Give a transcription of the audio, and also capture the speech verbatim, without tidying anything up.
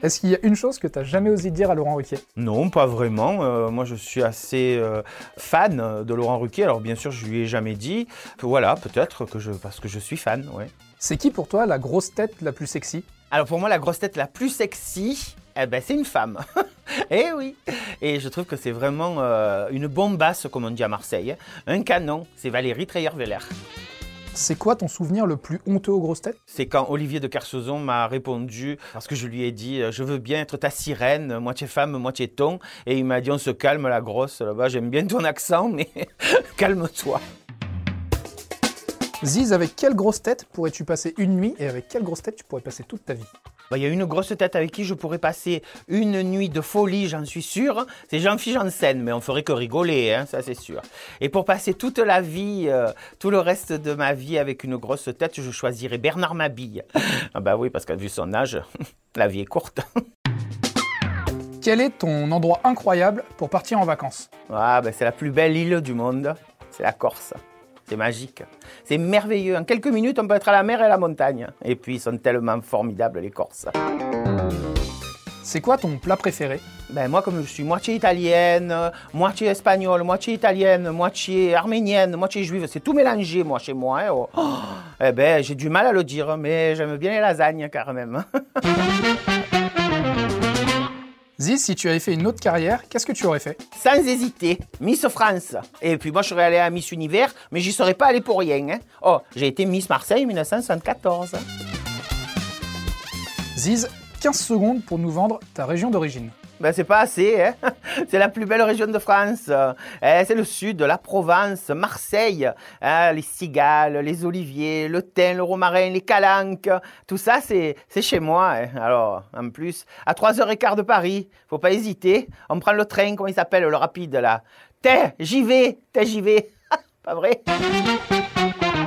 Est-ce qu'il y a une chose que tu n'as jamais osé dire à Laurent Ruquier ? Non, pas vraiment. Euh, moi, je suis assez euh, fan de Laurent Ruquier. Alors, bien sûr, je lui ai jamais dit. Voilà, peut-être que je, parce que je suis fan, ouais. C'est qui pour toi la grosse tête la plus sexy ? Alors, pour moi, la grosse tête la plus sexy, eh ben, c'est une femme. Eh oui. Et je trouve que c'est vraiment euh, une bombasse, comme on dit à Marseille. Un canon, c'est Valérie Trierweiler. C'est quoi ton souvenir le plus honteux aux grosses têtes ? C'est quand Olivier de Kersauzon m'a répondu, parce que je lui ai dit « Je veux bien être ta sirène, moitié femme, moitié thon ». Et il m'a dit « On se calme la grosse, là-bas, j'aime bien ton accent, mais calme-toi ». Ziz, avec quelle grosse tête pourrais-tu passer une nuit et avec quelle grosse tête tu pourrais passer toute ta vie ? Bah, y a une grosse tête avec qui je pourrais passer une nuit de folie, j'en suis sûr. C'est Jean-Philippe Janssen, mais on ferait que rigoler, hein, ça c'est sûr. Et pour passer toute la vie, euh, tout le reste de ma vie avec une grosse tête, je choisirais Bernard Mabille. Ah bah oui, parce qu'à vu son âge, la vie est courte. Quel est ton endroit incroyable pour partir en vacances ? Ah bah, c'est la plus belle île du monde, c'est la Corse. C'est magique, c'est merveilleux. En quelques minutes, on peut être à la mer et à la montagne. Et puis, ils sont tellement formidables, les Corses. C'est quoi ton plat préféré ? Ben, moi, comme je suis moitié italienne, moitié espagnole, moitié italienne, moitié arménienne, moitié juive, c'est tout mélangé, moi, chez moi. Hein, oh. Oh, eh ben, j'ai du mal à le dire, mais j'aime bien les lasagnes, quand même. Ziz, si tu avais fait une autre carrière, qu'est-ce que tu aurais fait ? Sans hésiter, Miss France. Et puis moi, je serais allée à Miss Univers, mais j'y serais pas allée pour rien. Hein. Oh, j'ai été Miss Marseille en dix-neuf cent soixante-quatorze. Ziz, quinze secondes pour nous vendre ta région d'origine. Ben, c'est pas assez, hein. C'est la plus belle région de France. Eh, c'est le sud, la Provence, Marseille, hein, les cigales, les oliviers, le thym, le romarin, les calanques. Tout ça, c'est, c'est chez moi. Hein. Alors, en plus, à trois heures quinze de Paris, faut pas hésiter. On prend le train, comment il s'appelle, le rapide, là. T'es, j'y vais, t'es, j'y vais. Pas vrai ?